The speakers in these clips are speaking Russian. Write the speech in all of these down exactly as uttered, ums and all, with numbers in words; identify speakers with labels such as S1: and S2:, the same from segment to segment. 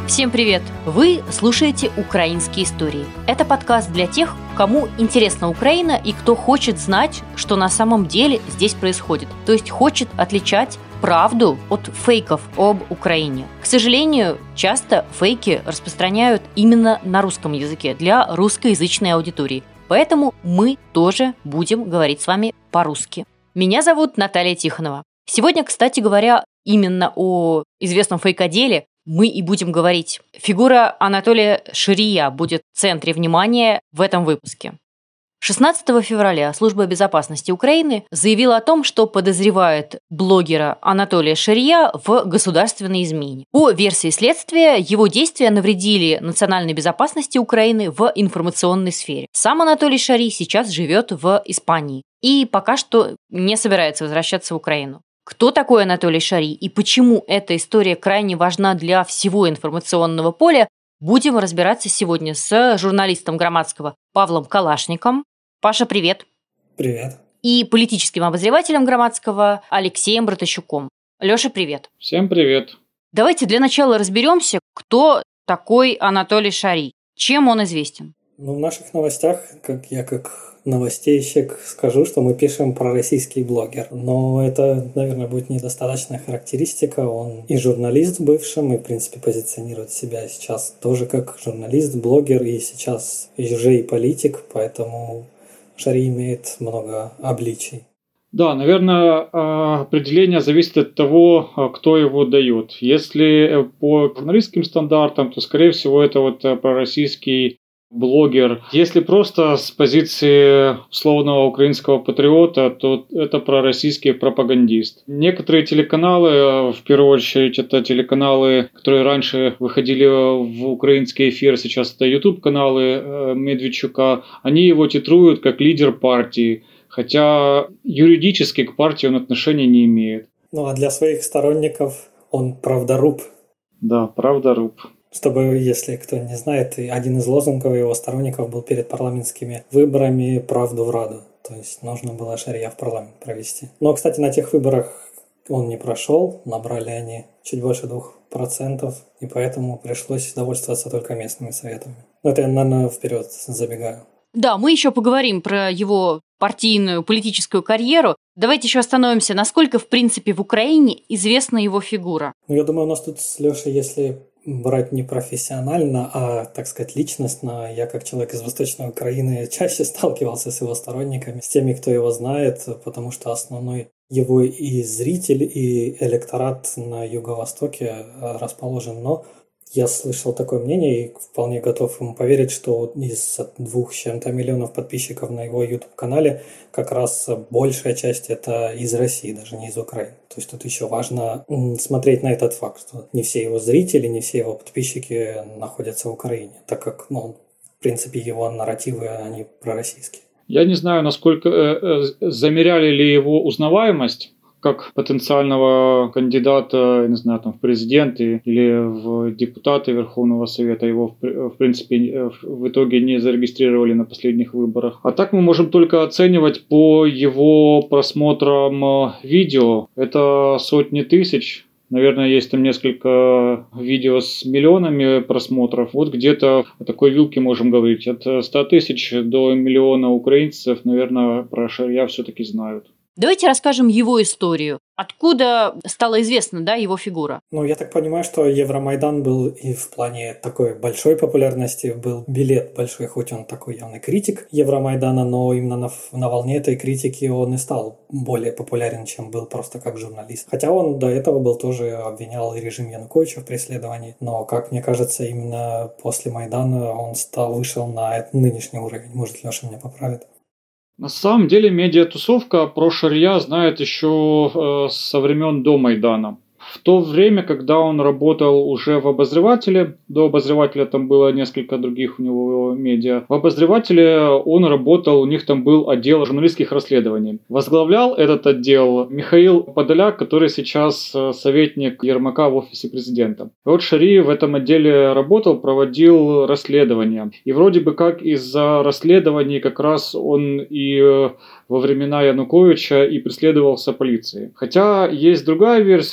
S1: Всем привет! Вы слушаете «Украинские истории». Это подкаст для тех, кому интересна Украина и кто хочет знать, что на самом деле здесь происходит. То есть хочет отличать правду от фейков об Украине. К сожалению, часто фейки распространяют именно на русском языке для русскоязычной аудитории. Поэтому мы тоже будем говорить с вами по-русски. Меня зовут Наталья Тихонова. Сегодня, кстати говоря, именно о известном фейкоделе мы и будем говорить. Фигура Анатолия Шария будет в центре внимания в этом выпуске. шестнадцатого февраля Служба безопасности Украины заявила о том, что подозревает блогера Анатолия Шария в государственной измене. По версии следствия, его действия навредили национальной безопасности Украины в информационной сфере. Сам Анатолий Шарий сейчас живет в Испании и пока что не собирается возвращаться в Украину. Кто такой Анатолий Шарий и почему эта история крайне важна для всего информационного поля, будем разбираться сегодня с журналистом Громадского Павлом Калашником. Паша, привет.
S2: Привет.
S1: И политическим обозревателем Громадского Алексеем Братащуком. Леша, привет.
S3: Всем привет.
S1: Давайте для начала разберемся, кто такой Анатолий Шарий, чем он известен.
S2: Ну, в наших новостях, как я как новостейщик скажу, что мы пишем про российский блогер. Но это, наверное, будет недостаточная характеристика. Он и журналист в бывшем, и, в принципе, позиционирует себя сейчас тоже как журналист, блогер, и сейчас уже и политик, поэтому Шарий имеет много обличий.
S3: Да, наверное, определение зависит от того, кто его дает. Если по журналистским стандартам, то, скорее всего, это вот пророссийский блогер. Если просто с позиции условного украинского патриота, то это пророссийский пропагандист. Некоторые телеканалы, в первую очередь это телеканалы, которые раньше выходили в украинский эфир, сейчас это YouTube-каналы Медведчука, они его титруют как лидер партии, хотя юридически к партии он отношения не имеет.
S2: Ну а для своих сторонников он правдоруб.
S3: Да, правдоруб.
S2: Чтобы, если кто не знает, один из лозунгов его сторонников был перед парламентскими выборами «Правду в Раду». То есть нужно было Шария в парламент провести. Но, кстати, на тех выборах он не прошел, набрали они чуть больше двух процентов, и поэтому пришлось довольствоваться только местными советами. Но это я, наверное, вперед забегаю.
S1: Да, мы еще поговорим про его партийную политическую карьеру. Давайте еще остановимся, насколько, в принципе, в Украине известна его фигура.
S2: Ну, я думаю, у нас тут с Лешей, если брать не профессионально, а, так сказать, личностно. Я, как человек из Восточной Украины, чаще сталкивался с его сторонниками, с теми, кто его знает, потому что основной его и зритель, и электорат на Юго-Востоке расположен. Но я слышал такое мнение и вполне готов ему поверить, что из двух с чем-то миллионов подписчиков на его YouTube-канале как раз большая часть это из России, даже не из Украины. То есть тут еще важно смотреть на этот факт, что не все его зрители, не все его подписчики находятся в Украине, так как, ну, в принципе, его нарративы, они пророссийские.
S3: Я не знаю, насколько э, э, замеряли ли его узнаваемость как потенциального кандидата, не знаю, там, в президенты или в депутаты Верховного Совета. Его, в принципе, в итоге не зарегистрировали на последних выборах. А так мы можем только оценивать по его просмотрам видео. Это сотни тысяч. Наверное, есть там несколько видео с миллионами просмотров. Вот где-то о такой вилке можем говорить. От ста тысяч до миллиона украинцев, наверное, про Шария все-таки знают.
S1: Давайте расскажем его историю. Откуда стала известна, да, его фигура?
S2: Ну, я так понимаю, что Евромайдан был и в плане такой большой популярности, был билет большой, хоть он такой явный критик Евромайдана, но именно на, на волне этой критики он и стал более популярен, чем был просто как журналист. Хотя он до этого был тоже обвинял и режим Януковича в преследовании, но, как мне кажется, именно после Майдана он стал, вышел на нынешний уровень. Может, Леша меня поправит.
S3: На самом деле медиатусовка про Шария знает еще э, со времен до Майдана. В то время, когда он работал уже в «Обозревателе», до «Обозревателя» там было несколько других у него медиа, в «Обозревателе» он работал, у них там был отдел журналистских расследований. Возглавлял этот отдел Михаил Подоляк, который сейчас советник Ермака в офисе президента. И вот Шарий в этом отделе работал, проводил расследования. И вроде бы как из-за расследований как раз он и во времена Януковича и преследовался полицией. Хотя есть другая версия, что эти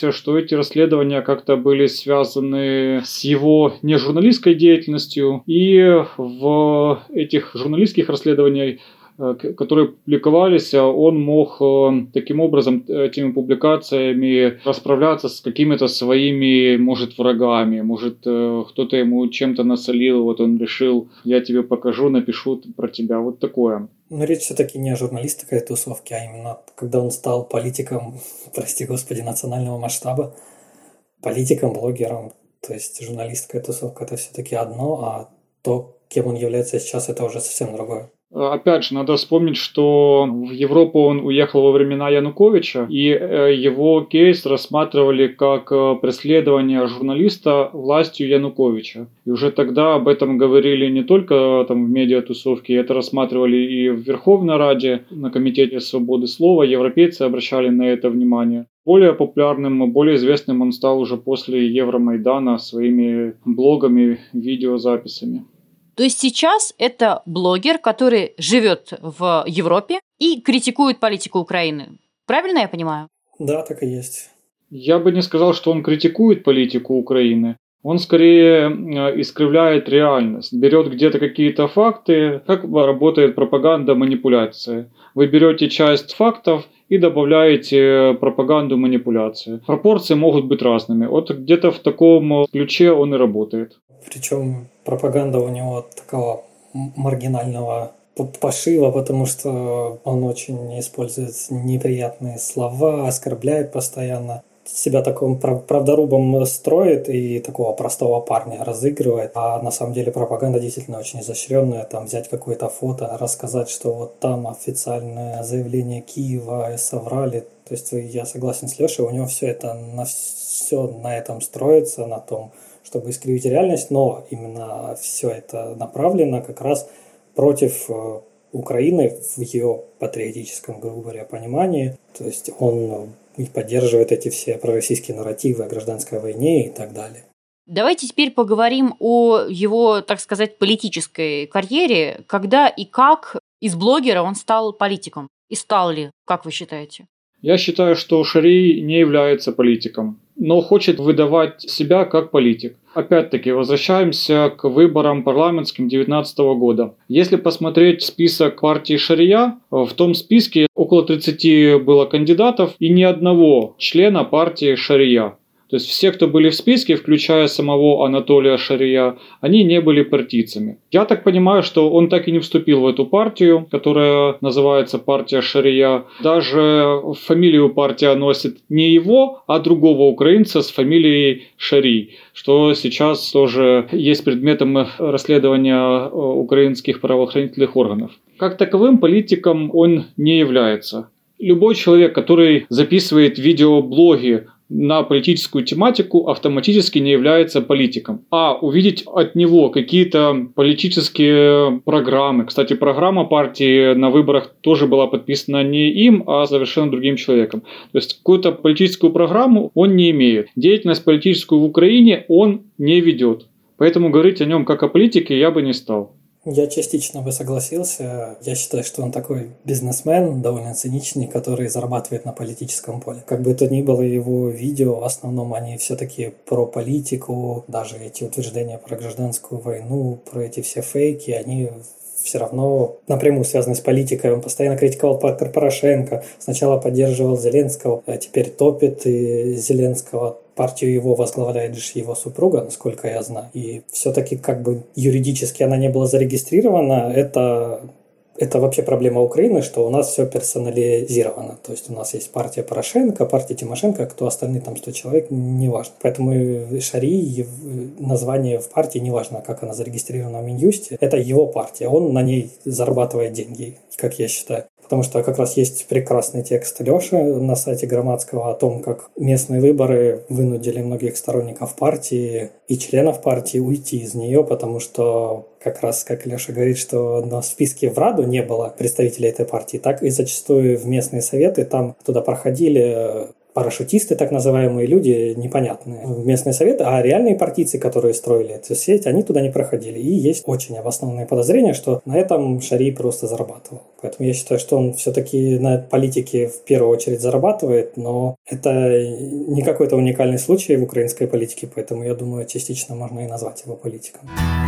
S3: эти расследования как-то были связаны с его нежурналистской деятельностью, и в этих журналистских расследованиях, которые публиковались, он мог таким образом этими публикациями расправляться с какими-то своими, может, врагами, может, кто-то ему чем-то насолил, вот он решил, я тебе покажу, напишу про тебя, вот такое.
S2: Но речь все-таки не о журналистской тусовке, а именно когда он стал политиком, прости господи, национального масштаба, политиком, блогером. То есть журналистская тусовка – это все-таки одно, а то, кем он является сейчас, это уже совсем другое.
S3: Опять же, надо вспомнить, что в Европу он уехал во времена Януковича, и его кейс рассматривали как преследование журналиста властью Януковича. И уже тогда об этом говорили не только там, в медиатусовке, это рассматривали и в Верховной Раде, на Комитете свободы слова, европейцы обращали на это внимание. Более популярным, более известным он стал уже после Евромайдана своими блогами, видеозаписями.
S1: То есть сейчас это блогер, который живет в Европе и критикует политику Украины. Правильно я понимаю?
S2: Да, так и есть.
S3: Я бы не сказал, что он критикует политику Украины. Он скорее искривляет реальность, берет где-то какие-то факты, как работает пропаганда, манипуляция. Вы берете часть фактов и добавляете пропаганду, манипуляции. Пропорции могут быть разными. Вот где-то в таком ключе он и работает.
S2: Причем пропаганда у него такого маргинального пошива, потому что он очень использует неприятные слова, оскорбляет постоянно. Себя таким правдорубом строит и такого простого парня разыгрывает. А на самом деле пропаганда действительно очень изощренная. Там взять какое-то фото, рассказать, что вот там официальное заявление Киева соврали. То есть я согласен с Лешей, у него все это на все на этом строится, на том, чтобы искривить реальность, но именно все это направлено как раз против Украины в ее патриотическом, грубо говоря, понимании. То есть он поддерживает эти все пророссийские нарративы о гражданской войне и так далее.
S1: Давайте теперь поговорим о его, так сказать, политической карьере. Когда и как из блогера он стал политиком? И стал ли, как вы считаете?
S3: Я считаю, что Шарий не является политиком, но хочет выдавать себя как политик. Опять-таки, возвращаемся к выборам парламентским две тысячи девятнадцатого года. Если посмотреть список партии Шария, в том списке около тридцати было кандидатов и ни одного члена партии Шария. То есть все, кто были в списке, включая самого Анатолия Шария, они не были партийцами. Я так понимаю, что он так и не вступил в эту партию, которая называется партия Шария. Даже фамилию партия носит не его, а другого украинца с фамилией Шарий, что сейчас тоже есть предметом расследования украинских правоохранительных органов. Как таковым политиком он не является. Любой человек, который записывает видеоблоги на политическую тематику, автоматически не является политиком. А увидеть от него какие-то политические программы. Кстати, программа партии на выборах тоже была подписана не им, а совершенно другим человеком. То есть какую-то политическую программу он не имеет. Деятельность политическую в Украине он не ведет. Поэтому говорить о нем как о политике я бы не стал.
S2: Я частично бы согласился. Я считаю, что он такой бизнесмен, довольно циничный, который зарабатывает на политическом поле. Как бы то ни было, его видео, в основном они все-таки про политику, даже эти утверждения про гражданскую войну, про эти все фейки, они все равно напрямую связаны с политикой. Он постоянно критиковал Порошенко, сначала поддерживал Зеленского, а теперь топит и Зеленского. Партию его возглавляет же его супруга, насколько я знаю. И все-таки как бы юридически она не была зарегистрирована. Это, это вообще проблема Украины, что у нас все персонализировано. То есть у нас есть партия Порошенко, партия Тимошенко, кто остальные там сто человек, неважно. Поэтому Шарий, название в партии, неважно, как она зарегистрирована в Минюсте, это его партия. Он на ней зарабатывает деньги, как я считаю. Потому что как раз есть прекрасный текст Лёши на сайте Громадского о том, как местные выборы вынудили многих сторонников партии и членов партии уйти из нее, потому что как раз, как Лёша говорит, что на списке в Раду не было представителей этой партии, так и зачастую в местные советы, там туда проходили парашютисты, так называемые люди, непонятные в местные советы, а реальные партийцы, которые строили эту сеть, они туда не проходили. И есть очень обоснованные подозрения, что на этом Шарий просто зарабатывал. Поэтому я считаю, что он все-таки на политике в первую очередь зарабатывает, но это не какой-то уникальный случай в украинской политике, поэтому я думаю, частично можно и назвать его политиком.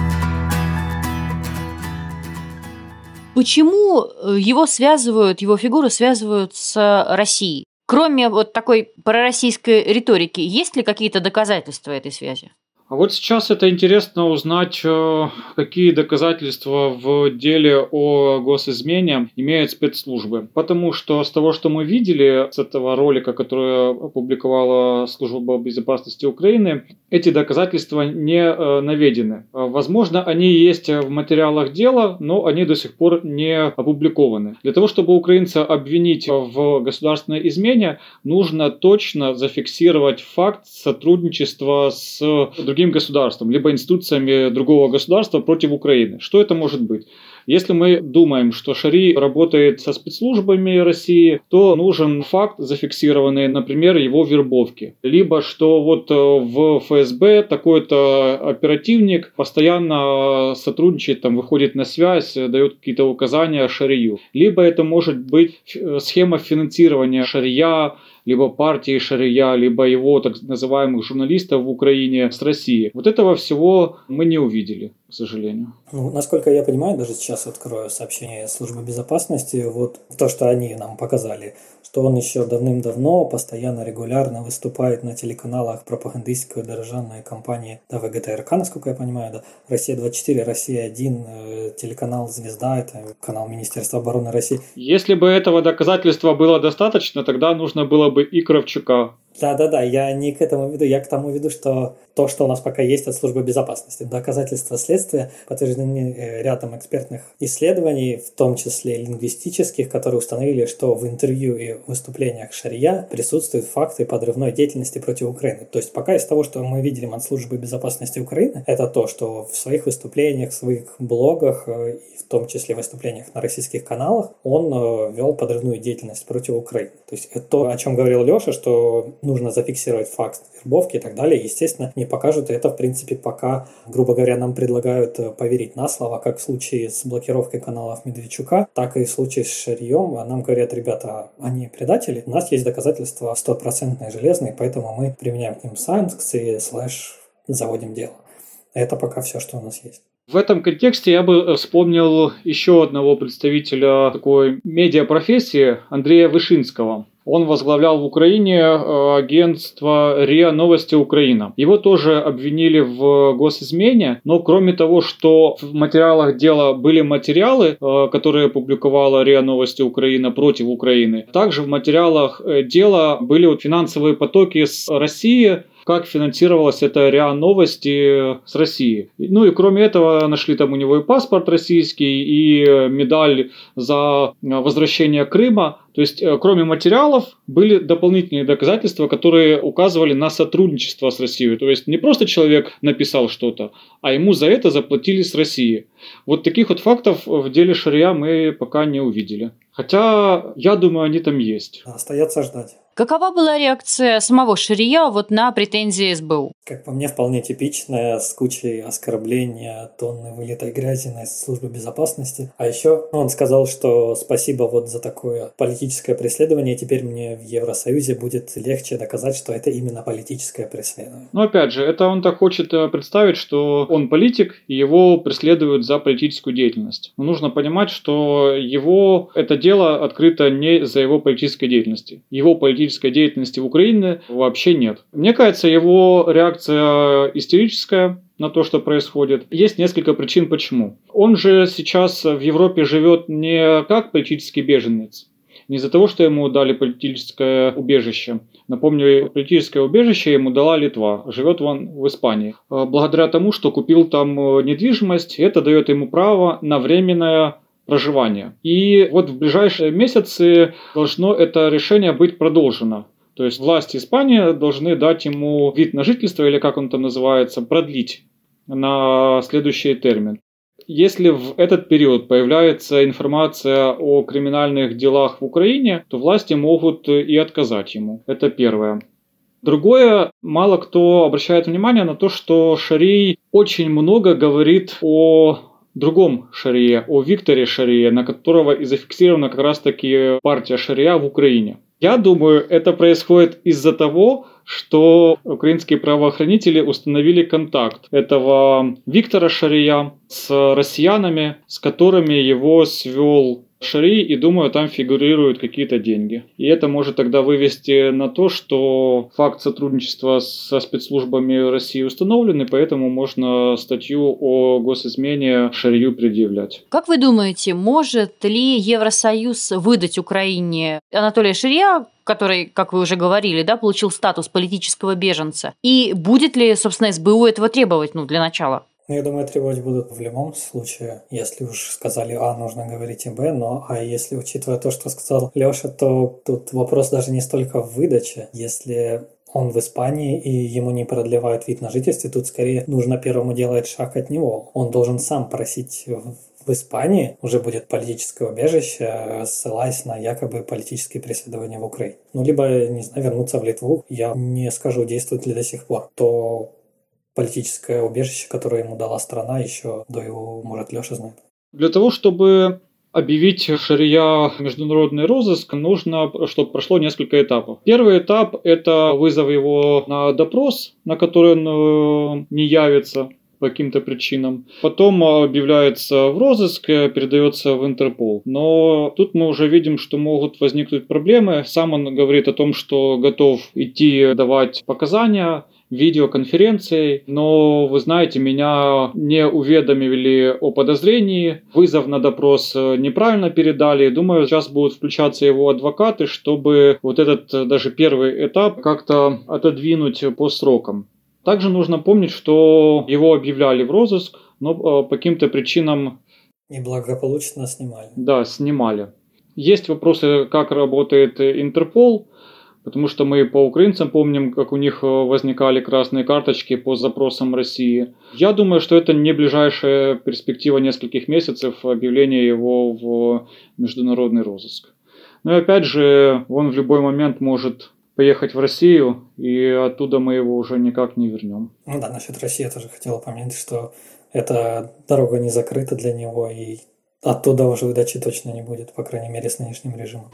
S1: Почему его связывают, его фигуру связывают с Россией? Кроме вот такой пророссийской риторики, есть ли какие-то доказательства этой связи?
S3: А вот сейчас это интересно узнать, какие доказательства в деле о госизмене имеют спецслужбы. Потому что с того, что мы видели, с этого ролика, который опубликовала Служба безопасности Украины, эти доказательства не наведены. Возможно, они есть в материалах дела, но они до сих пор не опубликованы. Для того, чтобы украинца обвинить в государственной измене, нужно точно зафиксировать факт сотрудничества с другим государством, либо институциями другого государства против Украины. Что это может быть? Если мы думаем, что Шарий работает со спецслужбами России, то нужен факт, зафиксированный, например, его вербовки. Либо что вот в эф эс бэ такой-то оперативник постоянно сотрудничает, там, выходит на связь, дает какие-то указания Шарию. Либо это может быть схема финансирования Шария, либо партии Шария, либо его так называемых журналистов в Украине с Россией. Вот этого всего мы не увидели, к сожалению.
S2: Ну, насколько я понимаю, даже сейчас открою сообщение службы безопасности, вот то, что они нам показали, что он еще давным-давно постоянно, регулярно выступает на телеканалах пропагандистской державной компании да, вэ гэ тэ эр ка, насколько я понимаю, да, Россия двадцать четыре, Россия один, телеканал «Звезда», это канал Министерства обороны России.
S3: Если бы этого доказательства было достаточно, тогда нужно было бы и Кравчука.
S2: Да-да-да, я не к этому веду, я к тому веду, что то, что у нас пока есть от службы безопасности, доказательства следствия подтверждены рядом экспертных исследований, в том числе лингвистических, которые установили, что в интервью и выступлениях Шария присутствуют факты подрывной деятельности против Украины. То есть пока из того, что мы видели от службы безопасности Украины, это то, что в своих выступлениях, в своих блогах, и в том числе выступлениях на российских каналах, он вел подрывную деятельность против Украины. То есть это то, о чем говорил Леша, что нужно зафиксировать факт вербовки и так далее. Естественно, не покажут. И это, в принципе, пока, грубо говоря, нам предлагают поверить на слово, как в случае с блокировкой каналов Медведчука, так и в случае с Шарьем. А нам говорят, ребята, они предатели. У нас есть доказательства стопроцентные, железные, поэтому мы применяем к ним санкции, слэш, заводим дело. Это пока все, что у нас есть.
S3: В этом контексте я бы вспомнил еще одного представителя такой медиапрофессии, Андрея Вышинского. Он возглавлял в Украине агентство РИА Новости Украина. Его тоже обвинили в госизмене, но кроме того, что в материалах дела были материалы, которые опубликовала РИА Новости Украина против Украины, также в материалах дела были финансовые потоки с России, как финансировалась эта РИА Новости с России. Ну и кроме этого нашли там у него и паспорт российский, и медаль за возвращение Крыма. То есть кроме материалов были дополнительные доказательства, которые указывали на сотрудничество с Россией. То есть не просто человек написал что-то, а ему за это заплатили с России. Вот таких вот фактов в деле Шария мы пока не увидели. Хотя, я думаю, они там есть.
S2: Остается ждать.
S1: Какова была реакция самого Шария вот на претензии эс бэ у?
S2: Как по мне, вполне типичная, с кучей оскорбления, тонны вылитой грязи на службу безопасности. А еще он сказал, что спасибо вот за такое политическое преследование, теперь мне в Евросоюзе будет легче доказать, что это именно политическое преследование.
S3: Но опять же, это он так хочет представить, что он политик, и его преследуют за политическую деятельность. Но нужно понимать, что его это дело открыто не за его политической деятельности. Его политической деятельности в Украине вообще нет. Мне кажется, его реакция истерическая на то, что происходит. Есть несколько причин, почему. Он же сейчас в Европе живет не как политический беженец, не из-за того, что ему дали политическое убежище. Напомню, политическое убежище ему дала Литва. Живет он в Испании. Благодаря тому, что купил там недвижимость, это дает ему право на временное проживание. И вот в ближайшие месяцы должно это решение быть продолжено. То есть власти Испании должны дать ему вид на жительство, или как он там называется, продлить на следующий термин. если в этот период появляется информация о криминальных делах в Украине, то власти могут и отказать ему. Это первое. Другое, мало кто обращает внимание на то, что Шарий очень много говорит о другом Шарие, о Викторе Шарие, на которого и зафиксирована как раз-таки партия Шария в Украине. Я думаю, это происходит из-за того, что украинские правоохранители установили контакт этого Виктора Шария с россиянами, с которыми его свел Шарий, и думаю, там фигурируют какие-то деньги. И это может тогда вывести на то, что факт сотрудничества со спецслужбами России установлен, и поэтому можно статью о госизмене Шарию предъявлять.
S1: Как вы думаете, может ли Евросоюз выдать Украине Анатолия Шария, который, как вы уже говорили, да, получил статус политического беженца? И будет ли, собственно, СБУ этого требовать, ну, для начала?
S2: Ну, я думаю, требовать будут в любом случае. Если уж сказали А, нужно говорить и Б, но а если, учитывая то, что сказал Леша, то тут вопрос даже не столько в выдаче. Если он в Испании и ему не продлевают вид на жительство, тут скорее нужно первому делать шаг от него. Он должен сам просить в Испании, уже будет политическое убежище, ссылаясь на якобы политические преследования в Украине. Ну, либо, не знаю, вернуться в Литву. Я не скажу, действует ли до сих пор. То политическое убежище, которое ему дала страна еще до его, может, Леша знает.
S3: Для того, чтобы объявить Шария международный розыск, нужно, чтобы прошло несколько этапов. Первый этап – это вызов его на допрос, на который он не явится по каким-то причинам. Потом объявляется в розыск, передается в Интерпол. Но тут мы уже видим, что могут возникнуть проблемы. Сам он говорит о том, что готов идти давать показания, видеоконференцией, но, вы знаете, меня не уведомили о подозрении, вызов на допрос неправильно передали. Думаю, сейчас будут включаться его адвокаты, чтобы вот этот даже первый этап как-то отодвинуть по срокам. Также нужно помнить, что его объявляли в розыск, но по каким-то причинам
S2: неблагополучно снимали.
S3: Да, снимали. Есть вопросы, как работает Интерпол, потому что мы по украинцам помним, как у них возникали красные карточки по запросам России. Я думаю, что это не ближайшая перспектива нескольких месяцев объявления его в международный розыск. Но и опять же, он в любой момент может поехать в Россию, и оттуда мы его уже никак не вернем.
S2: Ну да, насчет России я тоже хотел упомянуть, что эта дорога не закрыта для него, и оттуда уже выдачи точно не будет, по крайней мере, с нынешним режимом.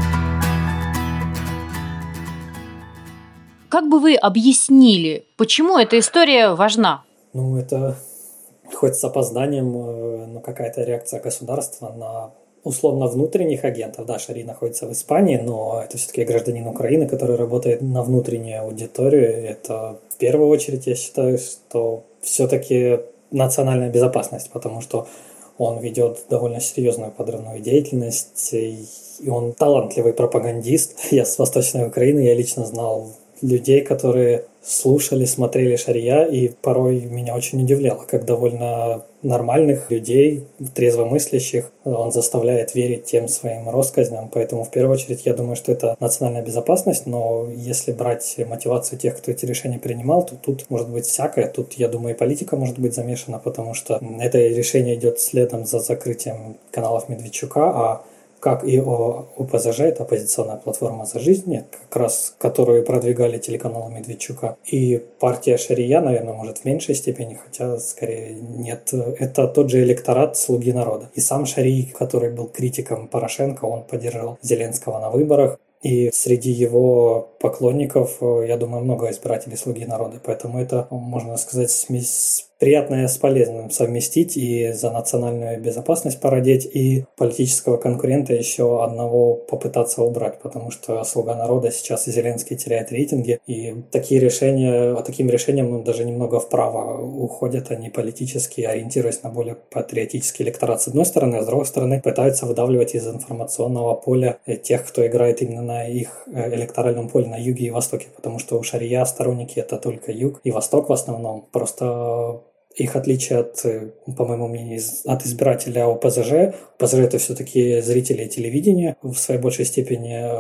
S1: Как бы вы объяснили, почему эта история важна?
S2: Ну, это хоть с опозданием, но какая-то реакция государства на условно внутренних агентов. Да, Шарий находится в Испании, но это все-таки гражданин Украины, который работает на внутреннюю аудиторию. Это в первую очередь, я считаю, что все-таки национальная безопасность, потому что он ведет довольно серьезную подрывную деятельность, и он талантливый пропагандист. Я с Восточной Украины, я лично знал людей, которые слушали, смотрели Шария, и порой меня очень удивляло, как довольно нормальных людей, трезвомыслящих, он заставляет верить тем своим россказням. Поэтому в первую очередь я думаю, что это национальная безопасность, но если брать мотивацию тех, кто эти решения принимал, то тут может быть всякое. Тут, я думаю, и политика может быть замешана, потому что это решение идет следом за закрытием каналов Медведчука, а как и о ОПЗЖ, это оппозиционная платформа «За жизнь», как раз которую продвигали телеканалы Медведчука. И партия Шария, наверное, может в меньшей степени, хотя скорее нет. Это тот же электорат «Слуги народа». И сам Шарий, который был критиком Порошенко, он поддержал Зеленского на выборах. И среди его поклонников, я думаю, много избирателей «Слуги народа». Поэтому это, можно сказать, смесь приятное с полезным совместить и за национальную безопасность породеть, и политического конкурента еще одного попытаться убрать, потому что «Слуга народа» сейчас и Зеленский теряет рейтинги, и такие решения, таким решением ну, даже немного вправо уходят они политически, ориентируясь на более патриотический электорат с одной стороны, а с другой стороны пытаются выдавливать из информационного поля тех, кто играет именно на их электоральном поле на юге и востоке, потому что у Шария сторонники это только юг и восток в основном, просто их отличие от, по моему мнению, от избирателя ОПЗЖ. ОПЗЖ это все-таки зрители телевидения в своей большей степени.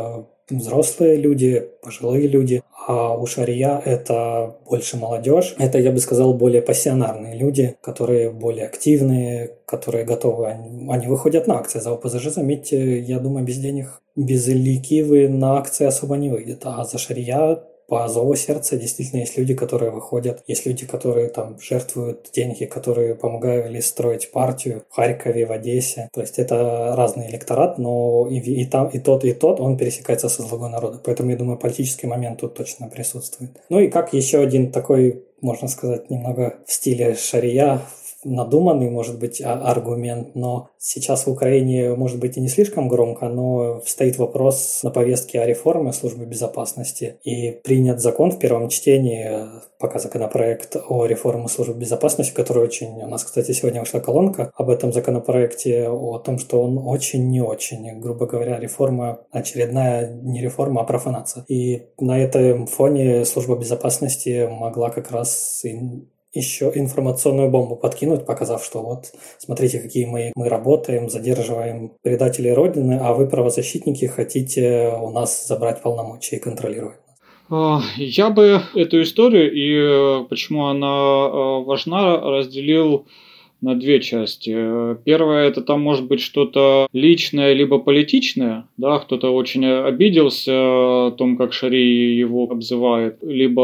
S2: взрослые люди, пожилые люди, а у шария это больше молодежь. Это, я бы сказал, более пассионарные люди, которые более активные, которые готовы, они, они выходят на акции. За ОПЗЖ, заметьте, я думаю, без денег, без лики вы на акции особо не выйдет, а за шария по зову сердца действительно есть люди, которые выходят, есть люди, которые там жертвуют деньги, которые помогали строить партию в Харькове, в Одессе. То есть это разный электорат, но и, и, там, и тот, и тот, он пересекается со слугой народа. Поэтому, я думаю, политический момент тут точно присутствует. Ну и как еще один такой, можно сказать, немного в стиле шария, надуманный, может быть, аргумент, но сейчас в Украине, может быть, и не слишком громко, но стоит вопрос на повестке о реформе службы безопасности. И принят закон в первом чтении, пока законопроект о реформе службы безопасности, который очень... У нас, кстати, сегодня вышла колонка об этом законопроекте, о том, что он очень не очень. Грубо говоря, реформа очередная не реформа, а профанация. И на этом фоне служба безопасности могла как раз и еще информационную бомбу подкинуть, показав, что вот, смотрите, какие мы, мы работаем, задерживаем предателей Родины, а вы, правозащитники, хотите у нас забрать полномочия и контролировать.
S3: Я бы эту историю и почему она важна разделил на две части. Первое, это там может быть что-то личное либо политичное, да, кто-то очень обиделся о том, как шарий его обзывает,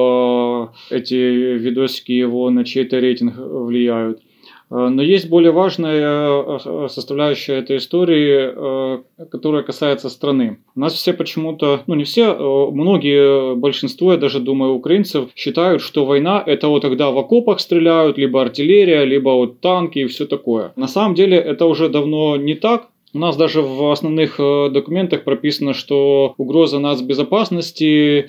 S3: либо эти видосики его на чей-то рейтинг влияют. Но есть более важная составляющая этой истории, которая касается страны. У нас все почему-то, ну не все, многие, большинство, я даже думаю, украинцев считают, что война это вот когда в окопах стреляют, либо артиллерия, либо вот танки и все такое. На самом деле это уже давно не так. У нас даже в основных документах прописано, что угроза нацбезопасности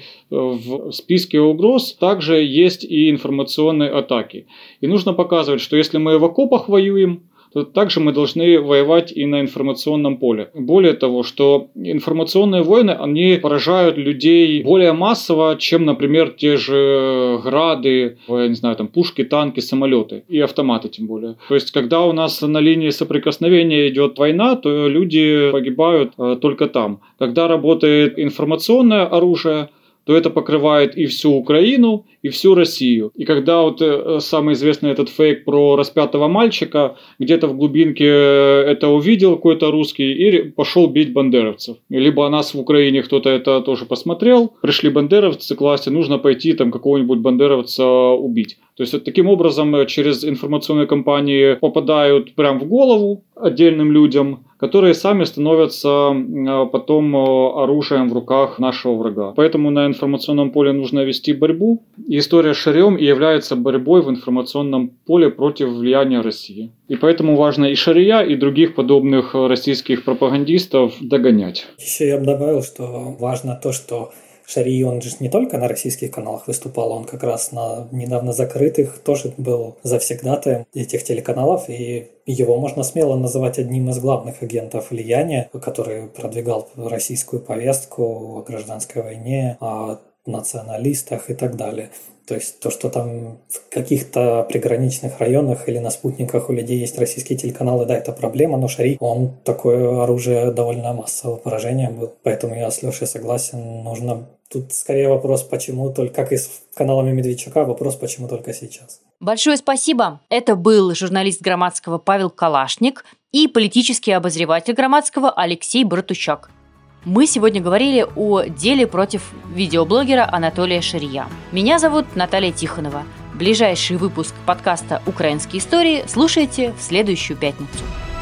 S3: в списке угроз также есть и информационные атаки. И нужно показывать, что если мы в окопах воюем, то также мы должны воевать и на информационном поле. Более того, что информационные войны, они поражают людей более массово, чем, например, те же грады, я не знаю, там пушки, танки, самолеты и автоматы тем более. То есть, когда у нас на линии соприкосновения идет война, то люди погибают э, только там. Когда работает информационное оружие, то это покрывает и всю Украину, и всю Россию. И когда вот э, самый известный этот фейк про распятого мальчика, где-то в глубинке это увидел какой-то русский и пошел бить бандеровцев. Либо о нас в Украине кто-то это тоже посмотрел, пришли бандеровцы к власти, нужно пойти там какого-нибудь бандеровца убить. То есть вот таким образом через информационные кампании попадают прямо в голову отдельным людям, которые сами становятся потом оружием в руках нашего врага. Поэтому на информационном поле нужно вести борьбу. И история с шарием и является борьбой в информационном поле против влияния России. И поэтому важно и шария, и других подобных российских пропагандистов догонять.
S2: Еще я бы добавил, что важно то, что Шарий, он же не только на российских каналах выступал, он как раз на недавно закрытых тоже был завсегдатаем этих телеканалов, и его можно смело называть одним из главных агентов влияния, который продвигал российскую повестку о гражданской войне, о националистах и так далее. То есть то, что там в каких-то приграничных районах или на спутниках у людей есть российские телеканалы, да, это проблема, но Шарий, он такое оружие довольно массового поражения был. Поэтому я с Лешей согласен, нужно... Тут скорее вопрос, почему только, как и с каналами Медведчука, вопрос, почему только сейчас.
S1: Большое спасибо. Это был журналист Громадского Павел Калашник и политический обозреватель Громадского Алексей Братучак. Мы сегодня говорили о деле против видеоблогера Анатолия Шария. Меня зовут Наталья Тихонова. Ближайший выпуск подкаста «Украинские истории» слушайте в следующую пятницу.